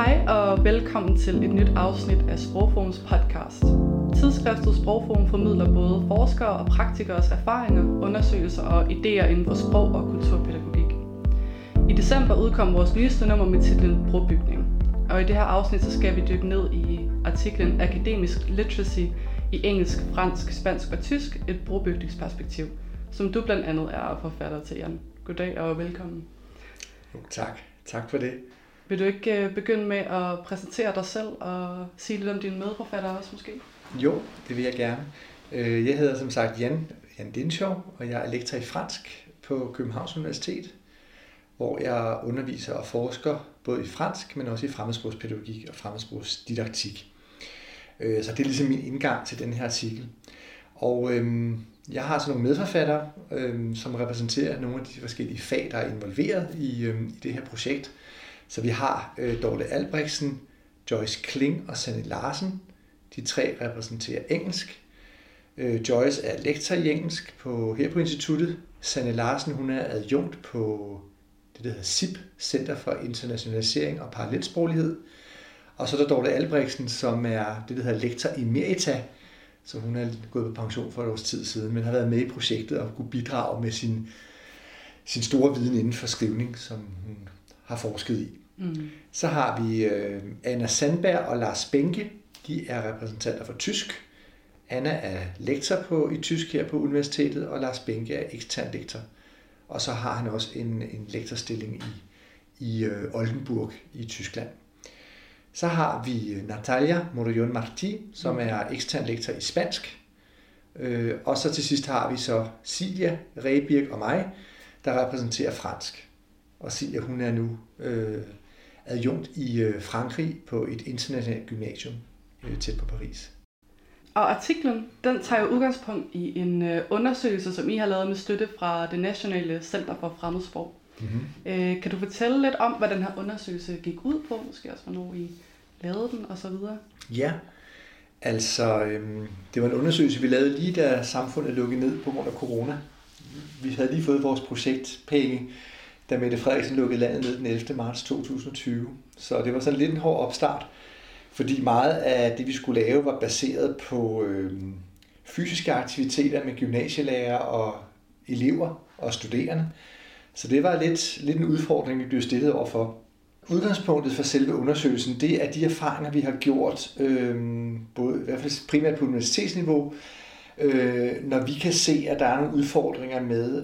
Hej og velkommen til et nyt afsnit af Sprogforums podcast. Tidsskriftet Sprogforum formidler både forskere og praktikers erfaringer, undersøgelser og idéer inden for sprog- og kulturpædagogik. I december udkom vores nyeste nummer med titlen Brobygning. Og i det her afsnit så skal vi dykke ned i artiklen Akademisk Literacy i engelsk, fransk, spansk og tysk, et brobygningsperspektiv, som du blandt andet er forfatter til, Jan. Goddag og velkommen. Tak. Tak for det. Vil du ikke begynde med at præsentere dig selv og sige lidt om dine medforfattere også måske? Jo, det vil jeg gerne. Jeg hedder som sagt Jan Dinshov, og jeg er lektor i fransk på Københavns Universitet, hvor jeg underviser og forsker både i fransk, men også i fremmedsprogspædagogik og fremmedsprogsdidaktik. Så det er ligesom min indgang til den her artikel. Og jeg har så nogle medforfattere, som repræsenterer nogle af de forskellige fag, der er involveret i det her projekt. Så vi har Dorte Albrechtsen, Joyce Kling og Sanne Larsen. De tre repræsenterer engelsk. Joyce er lektor i engelsk her på instituttet. Sanne Larsen, hun er adjunkt på det, der hedder CIP, Center for Internationalisering og Parallelsproglighed. Og så er der Dorte Albrechtsen, som er det, der hedder lektor emerita. Så hun er gået på pension for et års tid siden, men har været med i projektet og kunne bidrage med sin store viden inden for skrivning, som hun har forsket i. Så har vi Anna Sandberg og Lars Benke. De er repræsentanter for tysk. Anna er lektor i tysk her på universitetet, og Lars Benke er ekstern lektor. Og så har han også en lektorstilling i Oldenburg i Tyskland. Så har vi Natalia Morillon Martí, som er ekstern lektor i spansk. Og så til sidst har vi så Silja Rebirk og mig, der repræsenterer fransk. Og Silja, hun er nu adjunkt i Frankrig på et internationalt gymnasium tæt på Paris. Og artiklen, den tager jo udgangspunkt i en undersøgelse, som I har lavet med støtte fra det Nationale Center for Fremmedsprog. Mm-hmm. Kan du fortælle lidt om, hvad den her undersøgelse gik ud på? Måske også, hvornår I lavede den og så videre? Ja, altså det var en undersøgelse, vi lavede lige da samfundet lukkede ned på grund af corona. Vi havde lige fået vores projektpenge, da Mette Frederiksen lukkede landet ned den 11. marts 2020. Så det var sådan lidt en hård opstart, fordi meget af det, vi skulle lave, var baseret på fysiske aktiviteter med gymnasielærer og elever og studerende. Så det var lidt en udfordring, vi blev stillet overfor. Udgangspunktet for selve undersøgelsen, det er de erfaringer, vi har gjort, både i hvert fald primært på universitetsniveau, når vi kan se, at der er nogle udfordringer med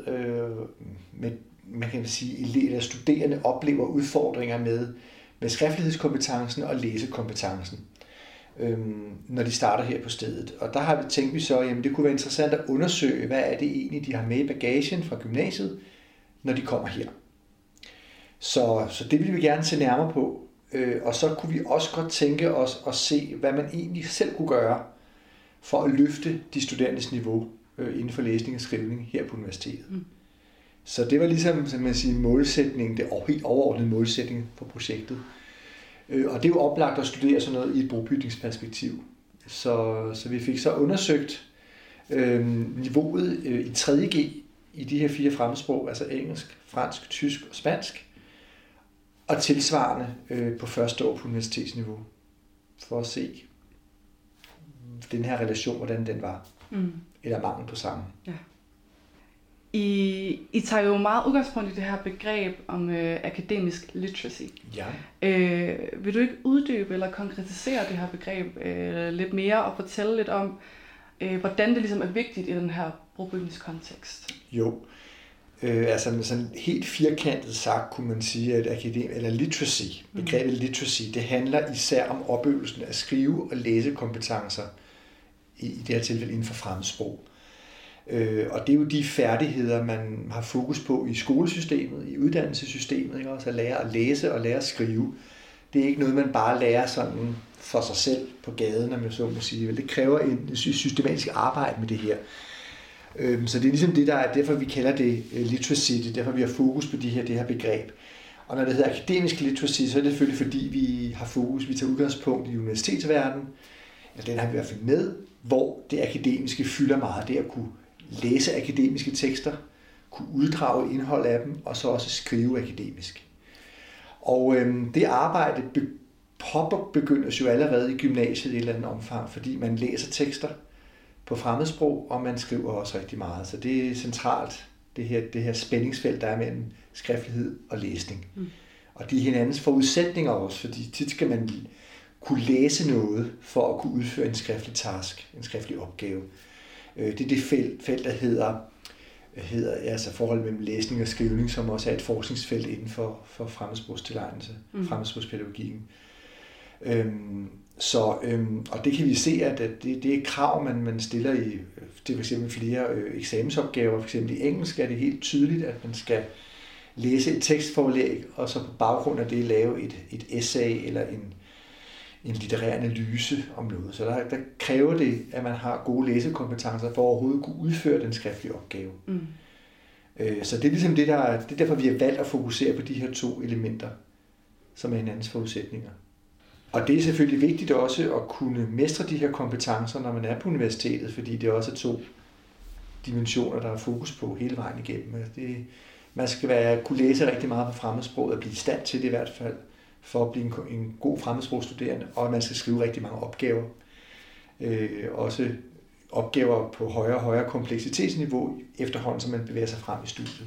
man kan sige, at studerende oplever udfordringer med skriftlighedskompetencen og læsekompetencen, når de starter her på stedet. Og der tænkt vi så, at det kunne være interessant at undersøge, hvad er det egentlig, de har med i bagagen fra gymnasiet, når de kommer her. Så det ville vi gerne se nærmere på. Og så kunne vi også godt tænke os at se, hvad man egentlig selv kunne gøre for at løfte de studerendes niveau inden for læsning og skrivning her på universitetet. Så det var ligesom, som man siger, målsætningen, det helt overordnede målsætning for projektet. Og det er jo oplagt at studere sådan noget i et brobygningsperspektiv. Så vi fik så undersøgt niveauet i 3.G i de her 4 fremmedsprog, altså engelsk, fransk, tysk og spansk, og tilsvarende på første år på universitetsniveau, for at se den her relation, hvordan den var, eller mangel på samme. Ja. I tager jo meget udgangspunkt i det her begreb om akademisk literacy. Ja. Vil du ikke uddybe eller konkretisere det her begreb lidt mere og fortælle lidt om, hvordan det ligesom er vigtigt i den her brobygningskontekst? Jo, altså sådan helt firkantet sagt kunne man sige, at literacy, begrebet literacy, det handler især om opøvelsen af skrive- og læsekompetencer, i det her tilfælde inden for fremmedsprog. Og det er jo de færdigheder, man har fokus på i skolesystemet, i uddannelsessystemet, ikke? Også at lære at læse og lære at skrive. Det er ikke noget, man bare lærer sådan for sig selv på gaden, om jeg så må sige. Det kræver en systematisk arbejde med det her. Så det er ligesom det, der er derfor, vi kalder det literacy. Det er derfor, vi har fokus på det her begreb. Og når det hedder akademisk literacy, så er det selvfølgelig, fordi vi tager udgangspunkt i universitetsverdenen, eller den har vi i hvert fald med, hvor det akademiske fylder meget. Det at kunne læse akademiske tekster, kunne uddrage indhold af dem, og så også skrive akademisk. Og det arbejde begyndes jo allerede i gymnasiet i et eller andet omfang, fordi man læser tekster på fremmedsprog, og man skriver også rigtig meget. Så det er centralt, det her spændingsfelt, der er mellem skriftlighed og læsning. Og de er hinandens forudsætninger også, fordi tit skal man kunne læse noget for at kunne udføre en skriftlig task, en skriftlig opgave. Det er det felt, der hedder altså forholdet mellem læsning og skrivning, som også er et forskningsfelt inden for fremmedsprogstilegnelse, fremmedsprogspædagogikken. Og det kan vi se, at det er for man stiller til for eksempel flere eksamensopgaver. For eksempel i engelsk er det helt tydeligt, at man skal læse et tekstforlæg, og så på baggrund af det lave et essay eller en litterær analyse om noget. Så der kræver det, at man har gode læsekompetencer for overhovedet at kunne udføre den skriftlige opgave. Så det er ligesom det er derfor, vi har valgt at fokusere på de her 2 elementer, som er hinandens forudsætninger. Og det er selvfølgelig vigtigt også at kunne mestre de her kompetencer, når man er på universitetet, fordi det også er 2 dimensioner, der er fokus på hele vejen igennem. Man skal kunne læse rigtig meget på fremmedsproget og blive i stand til det i hvert fald, for at blive en god fremmedsprogsstuderende, og man skal skrive rigtig mange opgaver. Også opgaver på højere og højere kompleksitetsniveau, efterhånden som man bevæger sig frem i studiet.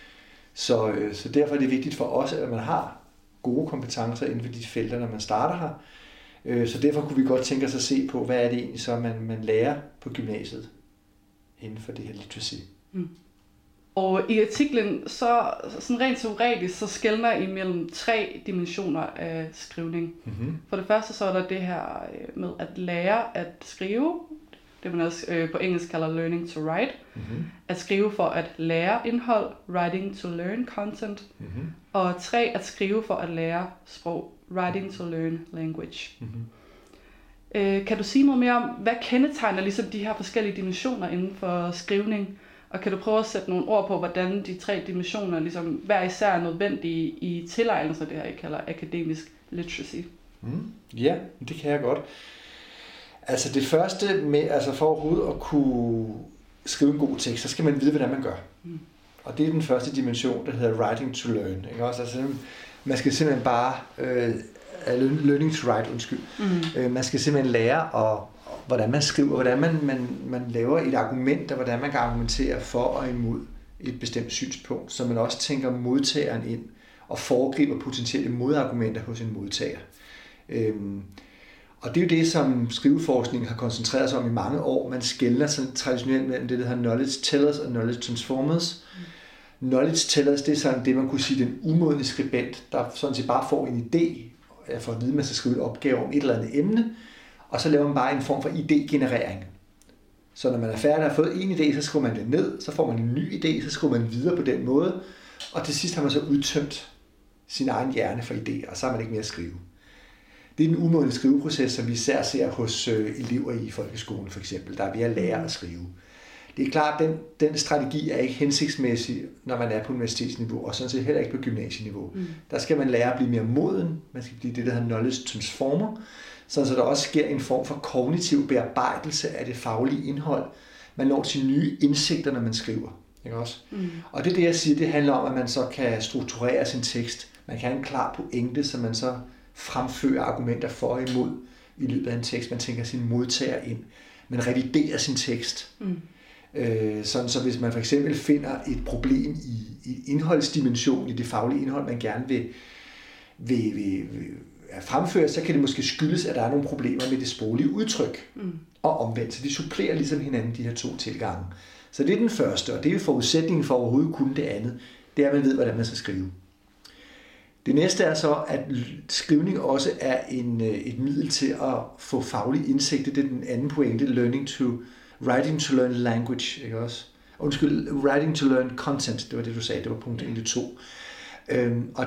Så derfor er det vigtigt for os, at man har gode kompetencer inden for de felter, når man starter her. Så derfor kunne vi godt tænke os at se på, hvad er det egentlig så, man lærer på gymnasiet inden for det her literacy. Og i artiklen, så sådan rent teoretisk, så skelner I mellem 3 dimensioner af skrivning. For det første så er der det her med at lære at skrive, det man også på engelsk kalder learning to write. At skrive for at lære indhold, writing to learn content. Og 3 at skrive for at lære sprog, writing to learn language. Kan du sige noget mere om, hvad kendetegner ligesom de her forskellige dimensioner inden for skrivning? Og kan du prøve at sætte nogle ord på, hvordan de 3 dimensioner ligesom hver især er nødvendige i tilegnelse af det her, I kalder akademisk literacy? Ja, det kan jeg godt. Altså det første for overhovedet at kunne skrive en god tekst, så skal man vide, hvordan man gør. Og det er den første dimension, der hedder writing to learn. Ikke også? Altså, man skal simpelthen bare learning to write, man skal simpelthen lære hvordan man skriver, hvordan man laver et argument, og hvordan man kan argumentere for og imod et bestemt synspunkt, så man også tænker modtageren ind og foregriber potentielle modargumenter hos en modtager. Og det er jo det, som skriveforskningen har koncentreret sig om i mange år. Man skelner sådan traditionelt mellem det, der hedder knowledge tellers og knowledge transformers. Knowledge tellers, det er sådan det, man kunne sige, den umodne skribent, der sådan set bare får en idé, for at vide, at man skal skrive en opgave om et eller andet emne, og så laver man bare en form for idégenerering. Så når man er færdig og har fået en idé, så skriver man det ned, så får man en ny idé, så skriver man videre på den måde, og til sidst har man så udtømt sin egen hjerne for idéer, og så har man ikke mere at skrive. Det er den umodne skriveproces, som vi især ser hos elever i folkeskolen for eksempel, der er ved at lære at skrive. Det er klart, at den strategi er ikke hensigtsmæssig, når man er på universitetsniveau, og sådan set heller ikke på gymnasieniveau. Der skal man lære at blive mere moden, man skal blive det, der hedder knowledge transformer, så der også sker en form for kognitiv bearbejdelse af det faglige indhold. Man når til nye indsigter, når man skriver. Ikke også? Og det er det, jeg siger, det handler om, at man så kan strukturere sin tekst. Man kan have en klar pointe, så man så fremfører argumenter for og imod i løbet af en tekst. Man tænker sin modtager ind. Man reviderer sin tekst. Sådan så hvis man for eksempel finder et problem i indholdsdimensionen, i det faglige indhold, man gerne vil fremføre, så kan det måske skyldes, at der er nogle problemer med det sproglige udtryk. Og omvendt, så de supplerer ligesom hinanden, de her 2 tilgange. Så det er den første, og det er forudsætningen for overhovedet at kunne det andet. Det er, at man ved, hvordan man skal skrive. Det næste er så, at skrivning også er et middel til at få faglig indsigt. Det er den anden pointe, writing to learn language, ikke også? Writing to learn content, det var det, du sagde, det var punkt 2. Og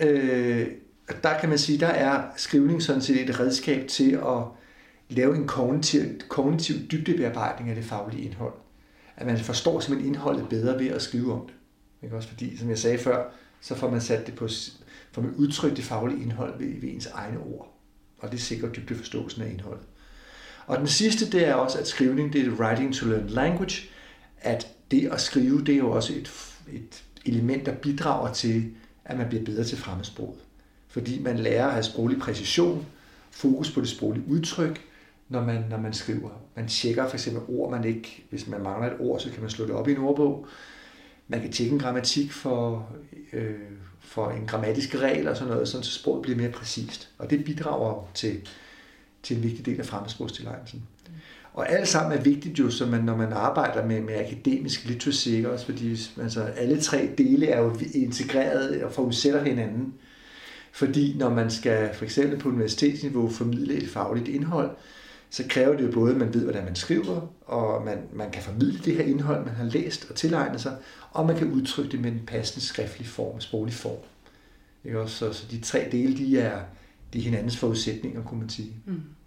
der kan man sige, der er skrivning sådan set et redskab til at lave en kognitiv dybdebearbejdning af det faglige indhold. At man forstår simpelthen indholdet bedre ved at skrive om det. Ikke også? Fordi, som jeg sagde før, så får man sat det på, får man udtrykt det faglige indhold ved ens egne ord. Og det sikrer dybdeforståelsen af indholdet. Og den sidste, det er også, at skrivning, det er writing to learn language. At det at skrive, det er jo også et element, der bidrager til, at man bliver bedre til fremmedsproget. Fordi man lærer at have sproglig præcision, fokus på det sproglige udtryk, når man skriver. Man tjekker for eksempel ord, man ikke, hvis man mangler et ord, så kan man slå det op i en ordbog. Man kan tjekke en grammatik for en grammatisk regel og sådan noget, så sproget bliver mere præcist. Og det bidrager til en vigtig del af fremmedsprogstilegnelsen. Og alt sammen er vigtigt jo, så når man arbejder med akademisk litteratur, også fordi altså, alle tre dele er jo integreret og forudsætter hinanden. Fordi når man skal for eksempel på universitetsniveau formidle et fagligt indhold, så kræver det jo både, at man ved, hvordan man skriver, og man kan formidle det her indhold, man har læst og tilegnet sig, og man kan udtrykke det med en passende skriftlig form, sproglig form. Ikke også? Så de tre dele, de er hinandens forudsætninger, kunne man sige.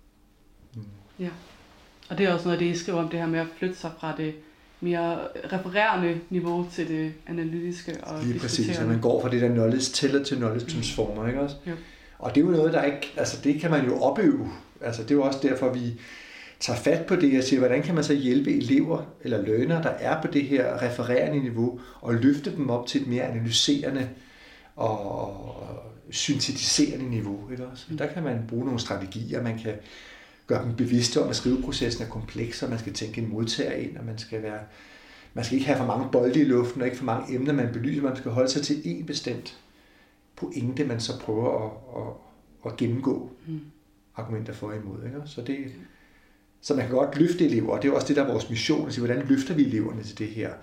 Ja, og det er også noget af det, I skriver om, det her med at flytte sig fra det mere refererende niveau til det analytiske og diskuterende. Lige præcis, så man går fra det der knowledge teller til knowledge transformer, ikke også? Jo. Og det er jo noget, der ikke, altså det kan man jo opøve. Altså det er jo også derfor, vi tager fat på det og siger, hvordan kan man så hjælpe elever eller learner, der er på det her refererende niveau, og løfte dem op til et mere analyserende og syntetiserende niveau, ikke også? Der kan man bruge nogle strategier, man kan gøre dem bevidste om, at skriveprocessen er kompleks, og man skal tænke en modtager ind, og man skal ikke have for mange bolde i luften, og ikke for mange emner, man belyser. Man skal holde sig til én bestemt pointe, man så prøver at gennemgå argumenter for og imod. Ikke? Så man kan godt løfte elever, og det er også det, der er vores mission, at sige, hvordan løfter vi eleverne til det her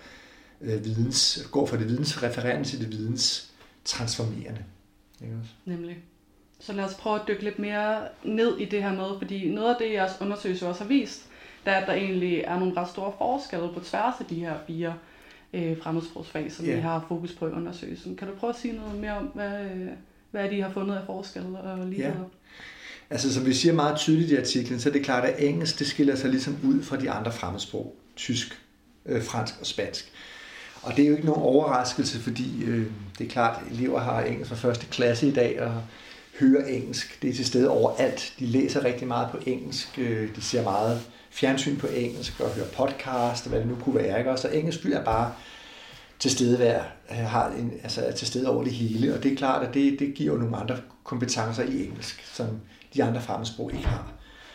går fra det vidensrefererende til det videnstransformerende. Ikke også? Nemlig. Så lad os prøve at dykke lidt mere ned i det her med, fordi noget af det, jeres undersøgelse også har vist, det er, at der egentlig er nogle ret store forskelle på tværs af de her 4 fremmedsprogsfag, som vi har fokus på i undersøgelsen. Kan du prøve at sige noget mere om, hvad de har fundet af forskelle og ligheder? Ja. Altså som vi siger meget tydeligt i artiklen, så er det klart, at engelsk det skiller sig ligesom ud fra de andre fremmedsprog, tysk, fransk og spansk. Og det er jo ikke nogen overraskelse, fordi det er klart, at elever har engelsk fra første klasse i dag, og hører engelsk. Det er til stede overalt. De læser rigtig meget på engelsk. De ser meget fjernsyn på engelsk og hører podcast og hvad det nu kunne være. Ikke? Så engelsk er bare til stede, er til stede over det hele. Og det er klart, at det giver jo nogle andre kompetencer i engelsk, som de andre fremmedsprog ikke har.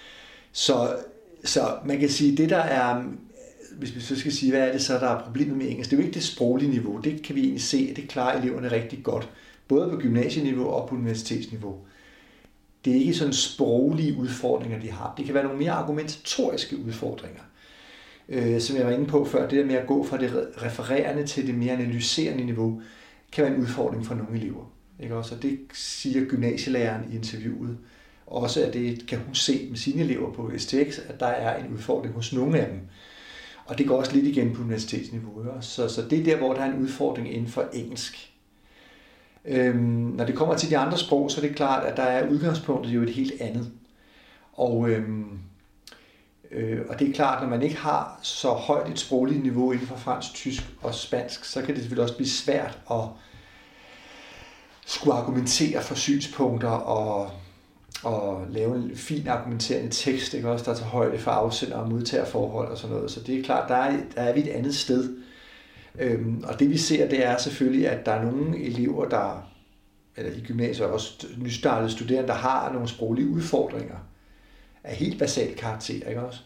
Så man kan sige, det der er, hvis vi så skal sige, hvad er det så, der er problemet med engelsk? Det er jo ikke det sproglige niveau. Det kan vi egentlig se, at det klarer eleverne rigtig godt. Både på gymnasieniveau og på universitetsniveau. Det er ikke sådan sproglige udfordringer, de har. Det kan være nogle mere argumentatoriske udfordringer. Som jeg var inde på før, det der med at gå fra det refererende til det mere analyserende niveau, kan være en udfordring for nogle elever. Ikke også? Og det siger gymnasielæreren i interviewet. Også at det kan hun se med sine elever på STX, at der er en udfordring hos nogle af dem. Og det går også lidt igen på universitetsniveau. Så det er der, hvor der er en udfordring inden for engelsk. Når det kommer til de andre sprog, så er det klart, at der er udgangspunktet jo et helt andet. Og det er klart, når man ikke har så højt et sprogligt niveau inden for fransk, tysk og spansk, så kan det selvfølgelig også blive svært at skulle argumentere for synspunkter og lave en fin argumenterende tekst, ikke? Også der tager højde for afsender og modtagerforhold og sådan noget. Så det er klart, der er vi et andet sted. Og det vi ser, det er selvfølgelig, at der er nogle elever, eller i gymnasiet også nystartede studerende, der har nogle sproglige udfordringer af helt basal karakter, ikke også?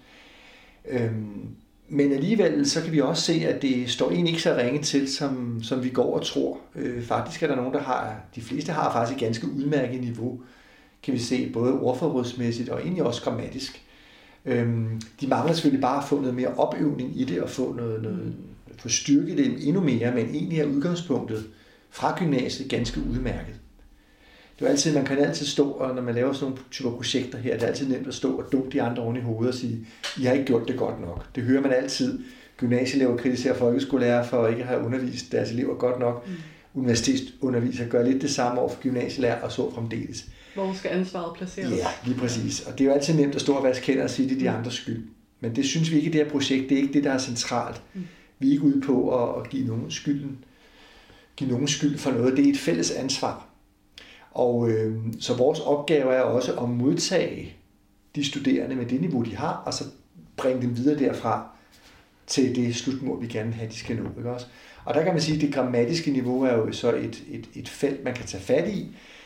Men alligevel så kan vi også se, at det står egentlig ikke så ringe til, som vi går og tror. Faktisk er der nogen, de fleste har faktisk et ganske udmærket niveau, kan vi se, både ordforrådsmæssigt og egentlig også grammatisk. De mangler selvfølgelig bare at få noget mere opøvning i det, og få styrket det endnu mere, men egentlig er udgangspunktet fra gymnasiet ganske udmærket. Det er altid, man kan altid stå, og når man laver sådan nogle typer projekter her, det er altid nemt at stå og dunke de andre oven i hovedet og sige, I har ikke gjort det godt nok. Det hører man altid. Gymnasieelever kritiserer folkeskolelærer for ikke at have undervist deres elever godt nok. Universitetsundervisere gør lidt det samme over for gymnasielærer og så fremdeles. Hvor skal ansvaret placeres? Ja, lige præcis. Og det er jo altid nemt at stå og vaske hænder og sige, det er de andres skyld. Men det synes vi ikke i det her projekt. Det er ikke det, der er centralt. Vi er ikke ude på at give nogen skyld for noget. Det er et fælles ansvar. Og så vores opgave er også at modtage de studerende med det niveau, de har, og så bringe dem videre derfra til det slutmål, vi gerne vil have, de skal nå. Ikke også? Og der kan man sige, at det grammatiske niveau er jo så et felt, man kan tage fat i.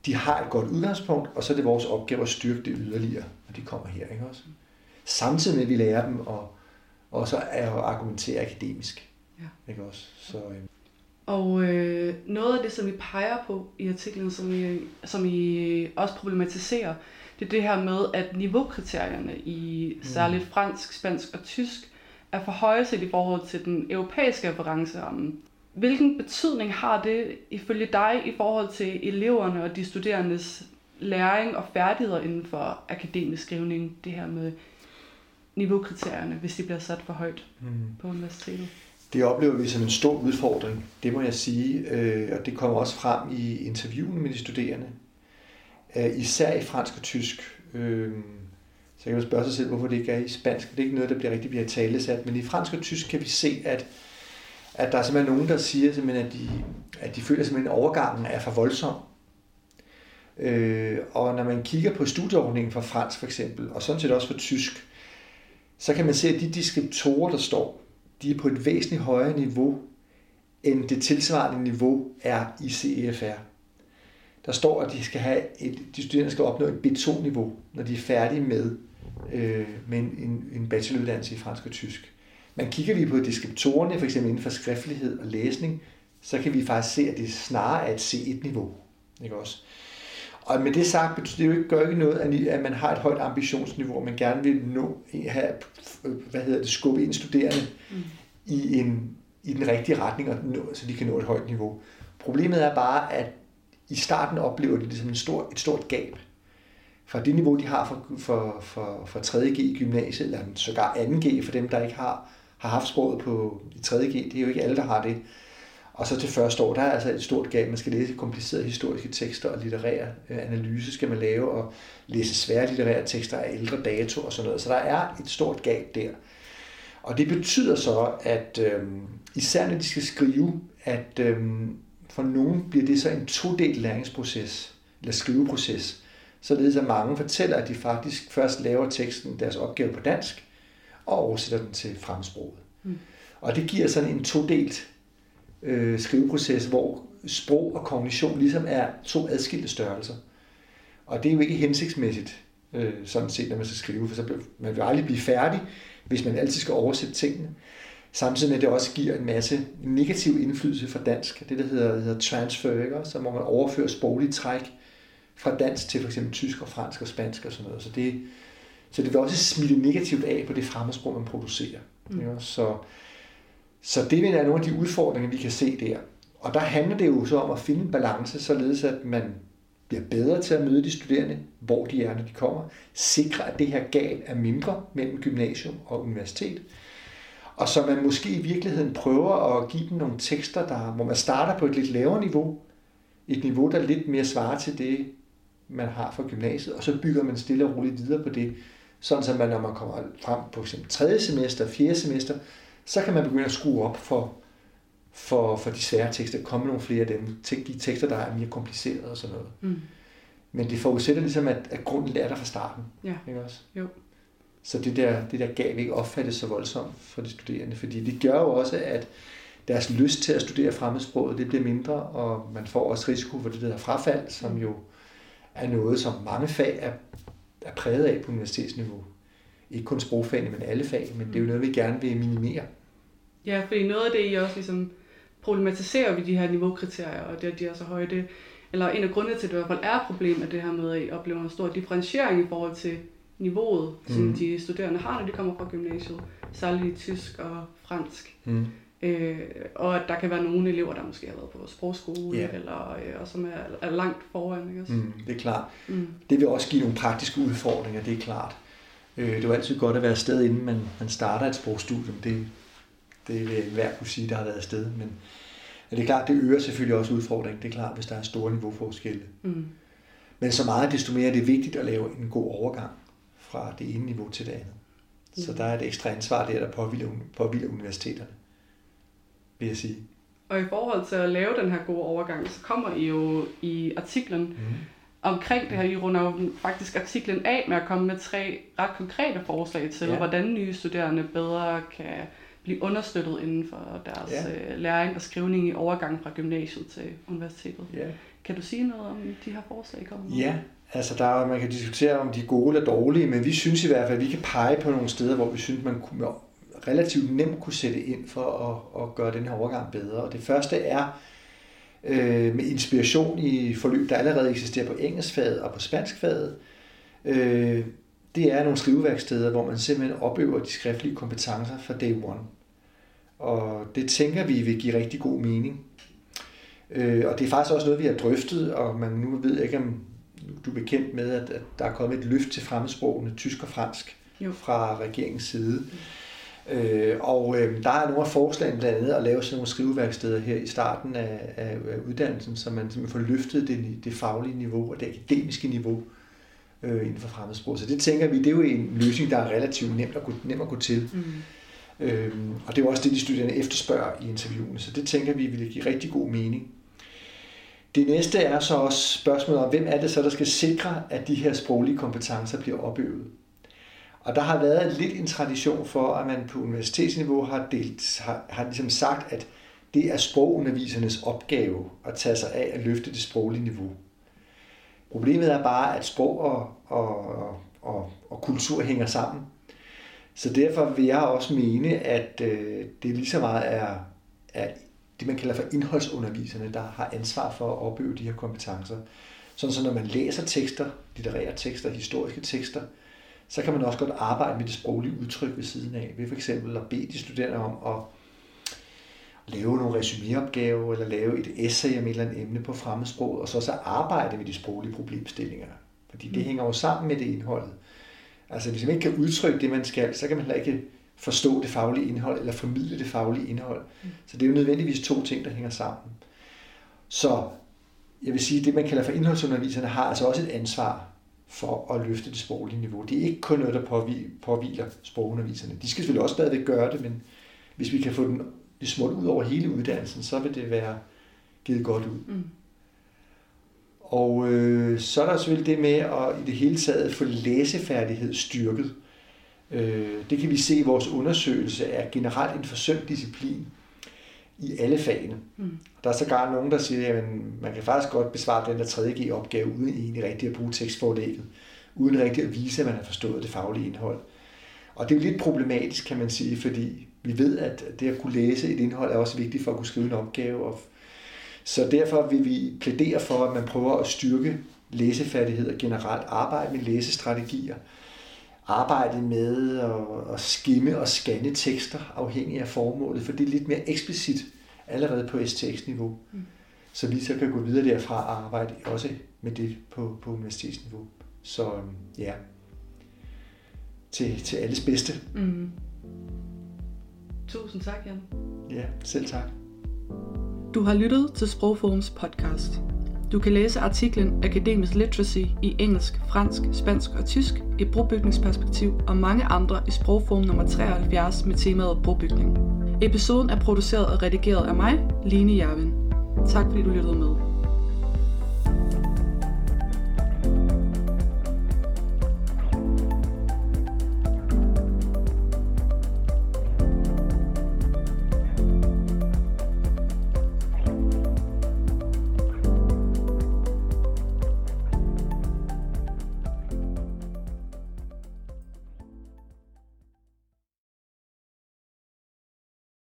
de har et godt udgangspunkt, og så er det vores opgave at styrke det yderligere, når de kommer her, ikke også? Samtidig med, at vi lærer dem og så at argumentere akademisk. Ja. Ikke også? Så, Og noget af det, som I peger på i artiklen, som I også problematiserer, det er det her med, at niveaukriterierne i særligt fransk, spansk og tysk er for høje set i forhold til den europæiske referenceramme. Hvilken betydning har det ifølge dig i forhold til eleverne og de studerendes læring og færdigheder inden for akademisk skrivning, det her med niveaukriterierne, hvis de bliver sat for højt på universitetet? Det oplever vi som en stor udfordring, det må jeg sige, og det kommer også frem i interviewene med de studerende. Især i fransk og tysk. Så kan man spørge sig selv, hvorfor det ikke er i spansk. Det er ikke noget, der rigtig bliver talesat, men i fransk og tysk kan vi se, at der er simpelthen nogen, der siger, at de føler simpelthen, at overgangen er for voldsom. Og når man kigger på studieordningen for fransk for eksempel, og sådan set også for tysk, så kan man se, at de deskriptorer, der står, de er på et væsentligt højere niveau, end det tilsvarende niveau er i CEFR. Der står, at de studerende skal opnå et B2-niveau, når de er færdige med en bacheloruddannelse i fransk og tysk. Men kigger vi på deskriptorerne, f.eks. inden for skriftlighed og læsning, så kan vi faktisk se, at det snarere er et C1-niveau. Ikke også? Og med det sagt, betyder det jo gør ikke noget, at man har et højt ambitionsniveau, og man gerne vil skubbe ind studerende i den rigtige retning, så de kan nå et højt niveau. Problemet er bare, at i starten oplever de det som et stort gab. Fra det niveau, de har for 3.G i gymnasiet, eller sågar 2.G for dem, der ikke har haft sproget i 3.G, det er jo ikke alle, der har det. Og så til første år, der er altså et stort gab. Man skal læse komplicerede historiske tekster og litterære analyse skal man lave, og læse svære litterære tekster af ældre dato og sådan noget. Så der er et stort gab der. Og det betyder så, at især når de skal skrive, at for nogen bliver det så en todelt læringsproces, eller skriveproces, således at mange fortæller, at de faktisk først laver teksten, deres opgave på dansk, og oversætter den til fremmedsproget. Og det giver sådan en todelt skriveproces, hvor sprog og kognition ligesom er to adskilte størrelser. Og det er jo ikke hensigtsmæssigt, sådan set, når man skal skrive, for så man vil aldrig blive færdig, hvis man altid skal oversætte tingene. Samtidig med, at det også giver en masse negativ indflydelse fra dansk, det der hedder transfer, ikke? Så må man overføre sproglige træk fra dansk til f.eks. tysk og fransk og spansk og sådan noget. Så det vil også smitte negativt af på det fremmedsprog, man producerer. Ikke? Så det vil være nogle af de udfordringer, vi kan se der. Og der handler det jo så om at finde en balance, således at man bliver bedre til at møde de studerende, hvor de er, når de kommer. Sikre, at det her gab er mindre mellem gymnasium og universitet. Og så man måske i virkeligheden prøver at give dem nogle tekster, hvor man starter på et lidt lavere niveau. Et niveau, der lidt mere svarer til det, man har fra gymnasiet. Og så bygger man stille og roligt videre på det. Sådan at man, når man kommer frem på eksempel 3. semester, 4. semester, så kan man begynde at skrue op for de svære tekster. Komme nogle flere af dem. De tekster, der er mere komplicerede og sådan noget. Men det forudsætter ligesom, at grunden er der fra starten. Ja. Ikke også? Jo. Så det der gab ikke opfattes så voldsomt for de studerende, fordi det gør jo også, at deres lyst til at studere fremmedsproget, det bliver mindre, og man får også risiko for det der frafald, som jo er noget, som mange fag er præget af på universitetsniveau. Ikke kun sprogfagene, men alle fag, men det er jo noget, vi gerne vil minimere. Ja, fordi noget af det, I også ligesom problematiserer ved de her niveaukriterier, og det, at de er så høje, eller en af grundene til, at det i hvert fald er et problem, at det her med, at I oplever en stor differentiering i forhold til niveauet, som de studerende har, når de kommer fra gymnasiet, særligt i tysk og fransk. Og at der kan være nogle elever, der måske har været på sprogskole, eller og som er langt foran. Ikke også? Det er klart. Det vil også give nogle praktiske udfordringer, det er klart. Det er jo altid godt at være afsted, inden man starter et sprogstudium. Det vil enhver kunne sige, der har været afsted. Men det er klart, det øger selvfølgelig også udfordringen. Det er klart, hvis der er store niveauforskelle. Men så meget desto mere er det vigtigt at lave en god overgang fra det ene niveau til det andet. Så der er et ekstra ansvar der påhviler universiteterne, vil jeg sige. Og i forhold til at lave den her gode overgang, så kommer I jo i artiklen omkring det her. I runder jo faktisk artiklen af med at komme med 3 ret konkrete forslag til, hvordan nye studerende bedre kan blive understøttet inden for deres læring og skrivning i overgangen fra gymnasiet til universitetet. Ja. Kan du sige noget om de her forslag kommer? Ja, altså man kan diskutere om de er gode eller dårlige, men vi synes i hvert fald, at vi kan pege på nogle steder, hvor vi synes, man relativt nemt kunne sætte ind for at gøre den her overgang bedre. Og det første er med inspiration i forløb, der allerede eksisterer på engelskfaget og på spanskfaget. Det er nogle skriveværksteder, hvor man simpelthen opøver de skriftlige kompetencer fra day one. Og det tænker vi vil give rigtig god mening. Og det er faktisk også noget, vi har drøftet, og man nu ved ikke, om du er bekendt med, at der er kommet et løft til fremmedsprogene, tysk og fransk, fra regeringens side. Der er nogle af forslagene blandt andet at lave sådan nogle skriveværksteder her i starten af uddannelsen, så man simpelthen får løftet det faglige niveau og det akademiske niveau inden for fremmedsprog. Så det tænker vi, det er jo en løsning, der er relativt nem at gå til. Og det er jo også det, de studerende efterspørger i interviewene, så det tænker vi vil give rigtig god mening. Det næste er så også spørgsmålet om, hvem er det så, der skal sikre, at de her sproglige kompetencer bliver opøvet. Og der har været lidt en tradition for, at man på universitetsniveau har ligesom sagt, at det er sprogundervisernes opgave at tage sig af at løfte det sproglige niveau. Problemet er bare, at sprog og kultur hænger sammen. Så derfor vil jeg også mene, at det lige så meget er det, man kalder for indholdsunderviserne, der har ansvar for at opøve de her kompetencer. Sådan så når man læser tekster, litterære tekster, historiske tekster, så kan man også godt arbejde med det sproglige udtryk ved siden af. Ved for eksempel at bede de studerende om at lave nogle resuméopgaver, eller lave et essay om et eller andet emne på fremmedsproget, og så arbejde med de sproglige problemstillinger. Fordi det hænger jo sammen med det indholdet. Altså hvis man ikke kan udtrykke det, man skal, så kan man heller ikke forstå det faglige indhold, eller formidle det faglige indhold. Så det er jo nødvendigvis to ting, der hænger sammen. Så jeg vil sige, at det, man kalder for indholdsunderviserne, har altså også et ansvar for at løfte det sproglige niveau. Det er ikke kun noget, der påhviler sprogunderviserne. De skal selvfølgelig også stadigvæk gøre det, men hvis vi kan få det smurt ud over hele uddannelsen, så vil det være givet godt ud. Og så er der selvfølgelig det med at i det hele taget få læsefærdighed styrket. Det kan vi se i vores undersøgelse er generelt en forsømt disciplin i alle fagene. Der er sågar nogen, der siger, at man kan faktisk godt besvare den der 3.G opgave uden egentlig rigtig at bruge tekstforlægget, uden rigtig at vise, at man har forstået det faglige indhold. Og det er jo lidt problematisk, kan man sige, fordi vi ved, at det at kunne læse et indhold er også vigtigt for at kunne skrive en opgave. Så derfor vil vi plædere for, at man prøver at styrke læsefærdigheder generelt, arbejde med læsestrategier, arbejde med at skimme og scanne tekster afhængig af formålet, for det er lidt mere eksplicit allerede på STX-niveau. Så vi så kan gå videre derfra og arbejde også med det på universitetsniveau. Så ja, til alles bedste. Tusind tak, Jan. Ja, selv tak. Du har lyttet til Sprogforums podcast. Du kan læse artiklen Academic Literacy i engelsk, fransk, spansk og tysk, et brobygningsperspektiv og mange andre i Sprogforum nummer 73 med temaet brobygning. Episoden er produceret og redigeret af mig, Line Jarvin. Tak fordi du lyttede med.